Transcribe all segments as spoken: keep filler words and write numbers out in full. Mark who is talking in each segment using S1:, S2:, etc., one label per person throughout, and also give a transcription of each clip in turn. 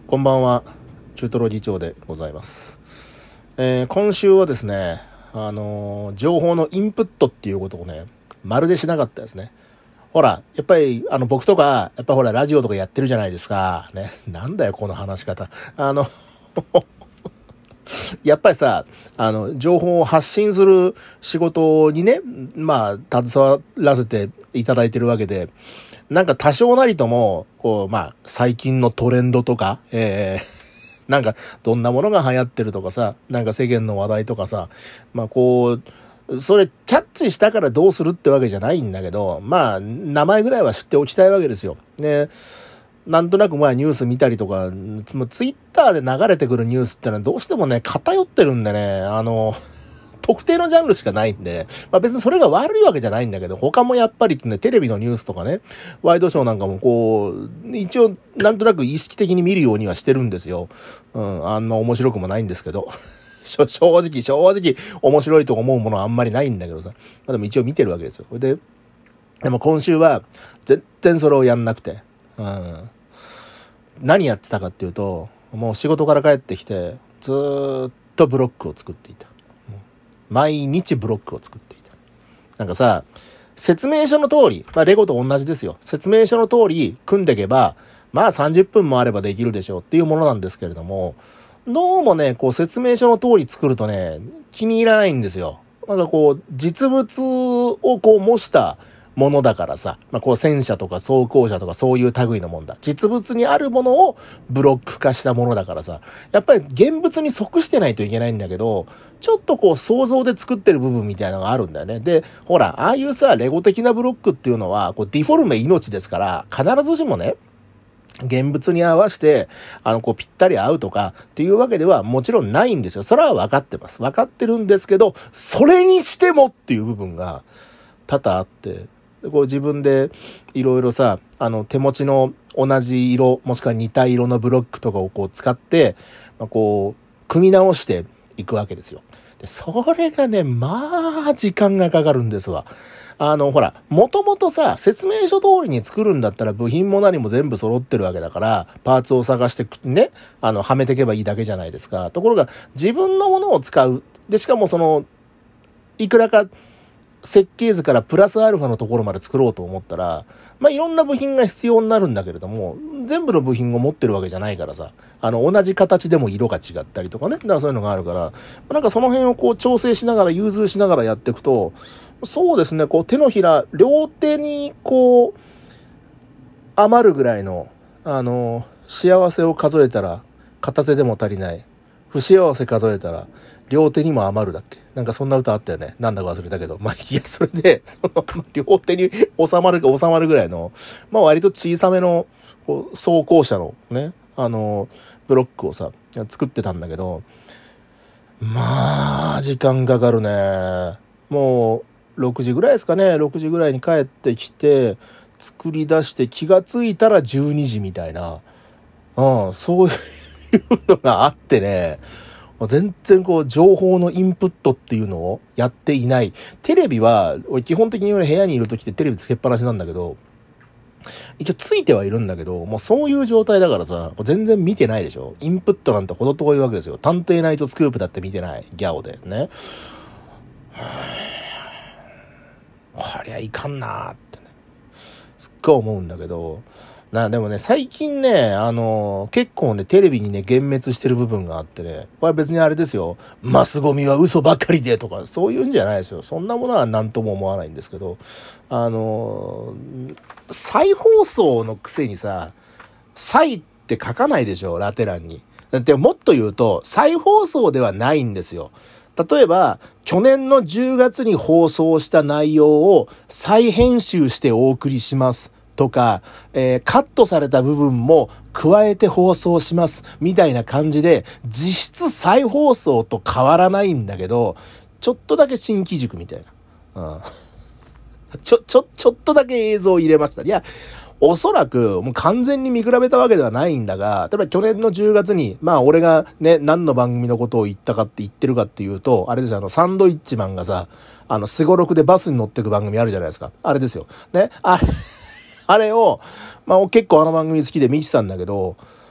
S1: こんばんは、中トロ議長でございます。えー、今週はですね、あのー、情報のインプットっていうことをね、まるでしなかったですね。ほら、やっぱり、あの、僕とか、やっぱほら、ラジオとかやってるじゃないですか。ね。なんだよ、この話し方。あの、やっぱりさ、あの、情報を発信する仕事にね、まあ、携わらせていただいてるわけで、なんか多少なりとも、こう、まあ、最近のトレンドとか、えー、なんか、どんなものが流行ってるとかさ、なんか世間の話題とかさ、まあ、こう、それ、キャッチしたからどうするってわけじゃないんだけど、まあ、名前ぐらいは知っておきたいわけですよ。ね。なんとなくまあニュース見たりとか、ツイッターで流れてくるニュースってのはどうしてもね、偏ってるんでね、あの、特定のジャンルしかないんで、まあ別にそれが悪いわけじゃないんだけど、他もやっぱりね、テレビのニュースとかね、ワイドショーなんかもこう、一応なんとなく意識的に見るようにはしてるんですよ。うん、あんま面白くもないんですけど。正直、正直、面白いと思うものはあんまりないんだけどさ。まあでも一応見てるわけですよ。で、でも今週は全然それをやんなくて、うん、何やってたかっていうと、もう仕事から帰ってきて、ずーっとブロックを作っていた。毎日ブロックを作っていた。なんかさ、説明書の通り、まあレゴと同じですよ。説明書の通り組んでいけば、まあさんじゅっぷんもあればできるでしょうっていうものなんですけれども、どうもね、こう説明書の通り作るとね、気に入らないんですよ。なんかこう、実物をこう模したものだからさ、まあ、こう戦車とか装甲車とかそういう類のもんだ。実物にあるものをブロック化したものだからさ、やっぱり現物に即してないといけないんだけど、ちょっとこう想像で作ってる部分みたいなのがあるんだよね。で、ほら、ああいうさ、レゴ的なブロックっていうのは、こうディフォルメ命ですから、必ずしもね、現物に合わせて、あの、こう、ぴったり合うとかっていうわけではもちろんないんですよ。それは分かってます。分かってるんですけど、それにしてもっていう部分が多々あって、こう自分でいろいろさ、あの手持ちの同じ色、もしくは似た色のブロックとかをこう使って、まあ、こう、組み直していくわけですよ。で、それがね、まあ、時間がかかるんですわ。あの、ほら、もともとさ、説明書通りに作るんだったら部品も何も全部揃ってるわけだから、パーツを探してね、あの、はめていけばいいだけじゃないですか。ところが、自分のものを使う。で、しかもその、いくらか、設計図からプラスアルファのところまで作ろうと思ったら、まあ、いろんな部品が必要になるんだけれども、全部の部品を持ってるわけじゃないからさ、あの、同じ形でも色が違ったりとかね、だからそういうのがあるから、なんかその辺をこう調整しながら、融通しながらやっていくと、そうですね、こう手のひら、両手にこう、余るぐらいの、あの、幸せを数えたら、片手でも足りない。不幸せ数えたら、両手にも余るだっけ、なんかそんな歌あったよね。なんだか忘れたけど。まあ、いや、それで、その、両手に収まるか収まるぐらいの、まあ割と小さめの、こう、装甲車のね、あの、ブロックをさ、作ってたんだけど、まあ、時間かかるね。もう、ろくじぐらいですかね。ろくじぐらいに帰ってきて、作り出して気がついたらじゅうにじみたいな。うん、そういうのがあってね。全然こう情報のインプットっていうのをやっていない。テレビは、俺基本的に俺部屋にいるときってテレビつけっぱなしなんだけど、一応ついてはいるんだけど、もうそういう状態だからさ、全然見てないでしょ。インプットなんてほど遠いわけですよ。探偵ナイトスクープだって見てない。ギャオでね。こりゃいかんなーってね。すっごい思うんだけど、な、でもね、最近ね、あのー、結構ね、テレビにね、幻滅してる部分があってね、これは別にあれですよ、マスゴミは嘘ばっかりでとか、そういうんじゃないですよ。そんなものは何とも思わないんですけど、あのー、再放送のくせにさ、再って書かないでしょ、ラテ欄に。だってもっと言うと、再放送ではないんですよ。例えば、去年のじゅうがつに放送した内容を再編集してお送りします。とか、えー、カットされた部分も加えて放送しますみたいな感じで、実質再放送と変わらないんだけど、ちょっとだけ新機軸みたいな、うん、ちょちょちょっとだけ映像を入れました。いや、おそらくもう完全に見比べたわけではないんだが、例えば去年のじゅうがつに、まあ俺がね、何の番組のことを言ったかって言ってるかっていうと、あれですよ、あのサンドイッチマンがさ、あのスゴロクでバスに乗ってく番組あるじゃないですか。あれですよね。あれあれを、まあ結構あの番組好きで見てたんだけど、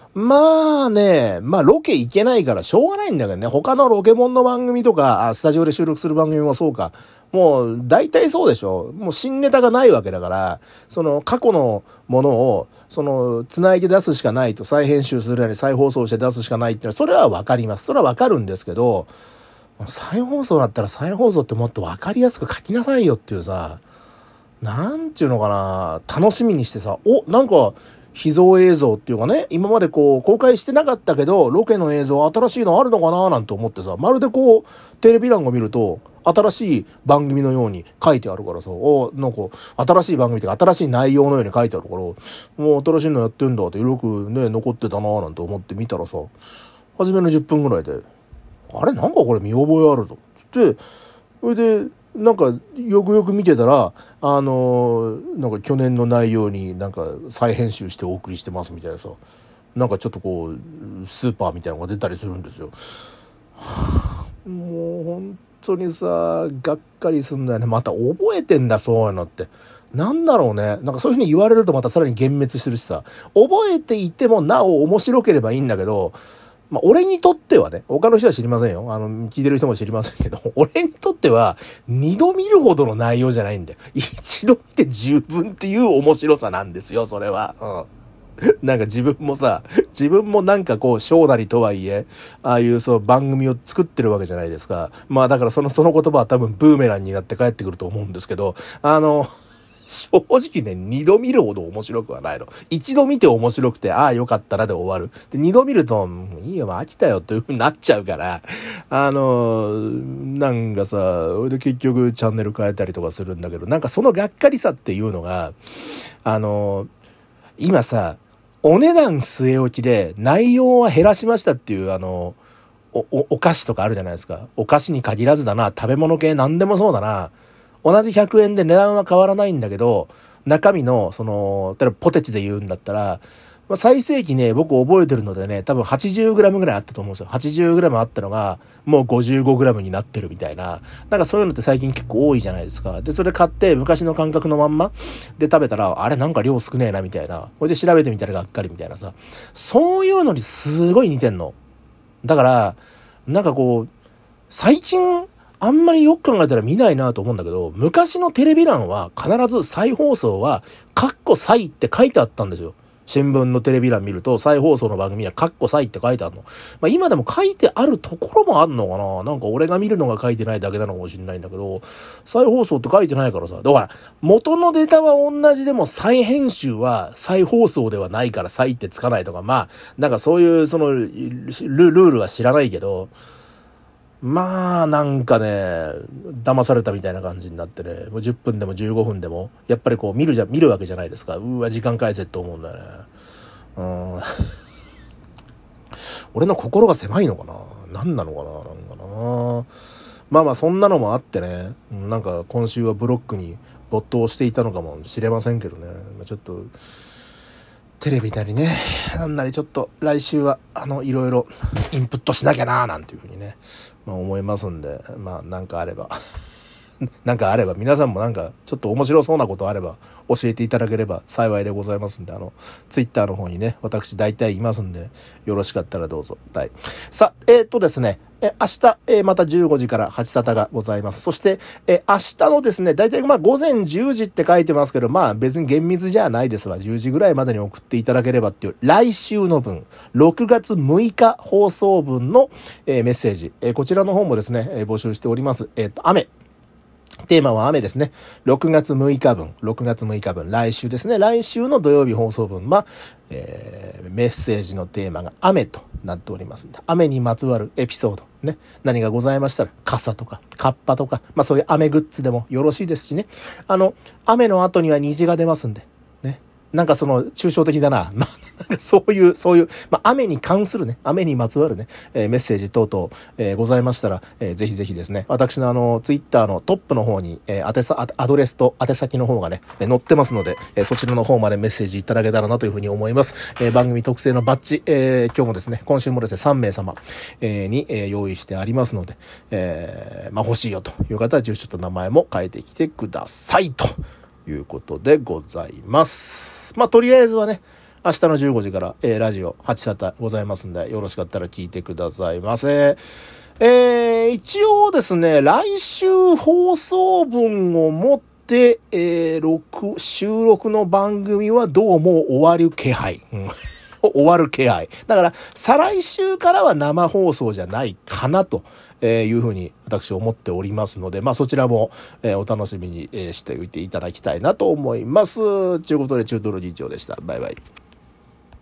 S1: まあね、まあロケ行けないからしょうがないんだけどね。他のロケモンの番組とか、あ、スタジオで収録する番組もそうか。もう大体そうでしょ。もう新ネタがないわけだから、その過去のものを、その繋いで出すしかないと、再編集するなり再放送して出すしかないっていうのは、それはわかります。それはわかるんですけど、再放送だったら再放送ってもっとわかりやすく書きなさいよっていうさ、なんていうのかな、楽しみにしてさ、お、なんか、秘蔵映像っていうかね、今までこう公開してなかったけど、ロケの映像新しいのあるのかななんて思ってさ、まるでこう、テレビ欄を見ると、新しい番組のように書いてあるからさ、お、なんか、新しい番組っていうか新しい内容のように書いてあるから、もう新しいのやってんだって、よくね、残ってたななんて思って見たらさ、初めのじゅっぷんぐらいで、あれなんかこれ見覚えあるぞ。つって、それで、なんかよくよく見てたら、あのー、なんか去年の内容になんか再編集してお送りしてますみたいなさ、なんかちょっとこうスーパーみたいなのが出たりするんですよ。はあ、もう本当にさ、がっかりすんだよね。また覚えてんだそういうのって。なんだろうね。なんかそういう風に言われるとまたさらに幻滅するしさ、覚えていてもなお面白ければいいんだけど、まあ、俺にとってはね、他の人は知りませんよ。あの、聞いてる人も知りませんけど、俺にとっては、二度見るほどの内容じゃないんだよ。一度見て十分っていう面白さなんですよ、それは。うん。なんか自分もさ、自分もなんかこう、小なりとはいえ、ああいうそう番組を作ってるわけじゃないですか。まあだからその、その言葉は多分ブーメランになって帰ってくると思うんですけど、あの、正直ね、二度見るほど面白くはないの。一度見て面白くて、ああよかったなで終わる。で、二度見ると、いいよ、飽きたよという風になっちゃうから、あの、なんかさ、それで結局チャンネル変えたりとかするんだけど、なんかそのがっかりさっていうのが、あの、今さ、お値段据え置きで内容は減らしましたっていうあの、お、お、お菓子とかあるじゃないですか。お菓子に限らずだな、食べ物系なんでもそうだな。同じひゃくえんで値段は変わらないんだけど、中身の、その、例えばポテチで言うんだったら、まあ、最盛期ね、僕覚えてるのでね、多分 はちじゅうグラム ぐらいあったと思うんですよ。はちじゅうグラム あったのが、もう ごじゅうごグラム になってるみたいな。なんかそういうのって最近結構多いじゃないですか。で、それ買って昔の感覚のまんまで食べたら、あれなんか量少ねえなみたいな。これで調べてみたらがっかりみたいなさ。そういうのにすごい似てんの。だから、なんかこう、最近、あんまりよく考えたら見ないなと思うんだけど、昔のテレビ欄は必ず再放送は、カッコ再って書いてあったんですよ。新聞のテレビ欄見ると、再放送の番組にはカッコ再って書いてあるの。まあ今でも書いてあるところもあるのかな。なんか俺が見るのが書いてないだけなのかもしれないんだけど、再放送って書いてないからさ。だから、元のデータは同じでも再編集は再放送ではないから再ってつかないとか、まあ、なんかそういうそのル、ルールは知らないけど、まあなんかね、騙されたみたいな感じになってね、もうじゅっぷんでもじゅうごふんでもやっぱりこう見るじゃ見るわけじゃないですか。うわ時間返せって思うんだよね。うん。俺の心が狭いのかな。何なのかな。なんかな。まあまあそんなのもあってね、なんか今週はブロックに没頭していたのかもしれませんけどね。ちょっと。テレビなりね、なんなりちょっと来週はあのいろいろインプットしなきゃなーなんていうふうにね、まあ思いますんで、まあなんかあればなんかあれば皆さんもなんかちょっと面白そうなことあれば教えていただければ幸いでございますんで、あのツイッターの方にね私大体いますんでよろしかったらどうぞ。はい。さあえー、っとですね。え、明日、えー、またじゅうごじからはち沙汰がございます。そして、えー、明日のですね、だいたいまあ午前じゅうじって書いてますけど、まあ別に厳密じゃないですわ。じゅうじぐらいまでに送っていただければっていう、来週の分、ろくがつむいか放送分の、えー、メッセージ、えー、こちらの方もですね、えー、募集しております。えっと、雨。テーマは雨ですね。ろくがつむいかぶん、ろくがつむいかぶん、来週ですね。来週の土曜日放送分は、えー、メッセージのテーマが雨となっておりますんで、雨にまつわるエピソード、ね。何がございましたら、傘とか、カッパとか、まあそういう雨グッズでもよろしいですしね。あの、雨の後には虹が出ますんで、ね。なんかその、抽象的だな。まあ、そういう、そういう、まあ、雨に関するね、雨にまつわるね、えー、メッセージ等々、えー、ございましたら、えー、ぜひぜひですね、私のあの、ツイッターのトップの方に、えー、宛さ、アドレスと宛先の方がね、えー、載ってますので、えー、そちらの方までメッセージいただけたらなというふうに思います。えー、番組特製のバッジ、えー、今日もですね、今週もですね、さんめいさま、えー、に、えー、用意してありますので、えー、まあ、欲しいよという方は、住所と名前も変えてきてくださいということでございます。まあ、とりあえずはね、 明日のじゅうごじから、えー、ラジオ、はち沙汰ございますんで、よろしかったら聞いてくださいませ。えー、一応ですね、来週放送分をもって、えー、録、収録の番組はどうも終わる気配。うん終わる気配。だから、再来週からは生放送じゃないかなというふうに私思っておりますので、まあそちらもお楽しみにしておいていただきたいなと思います。ということで、中トロ議長でした。バイバイ。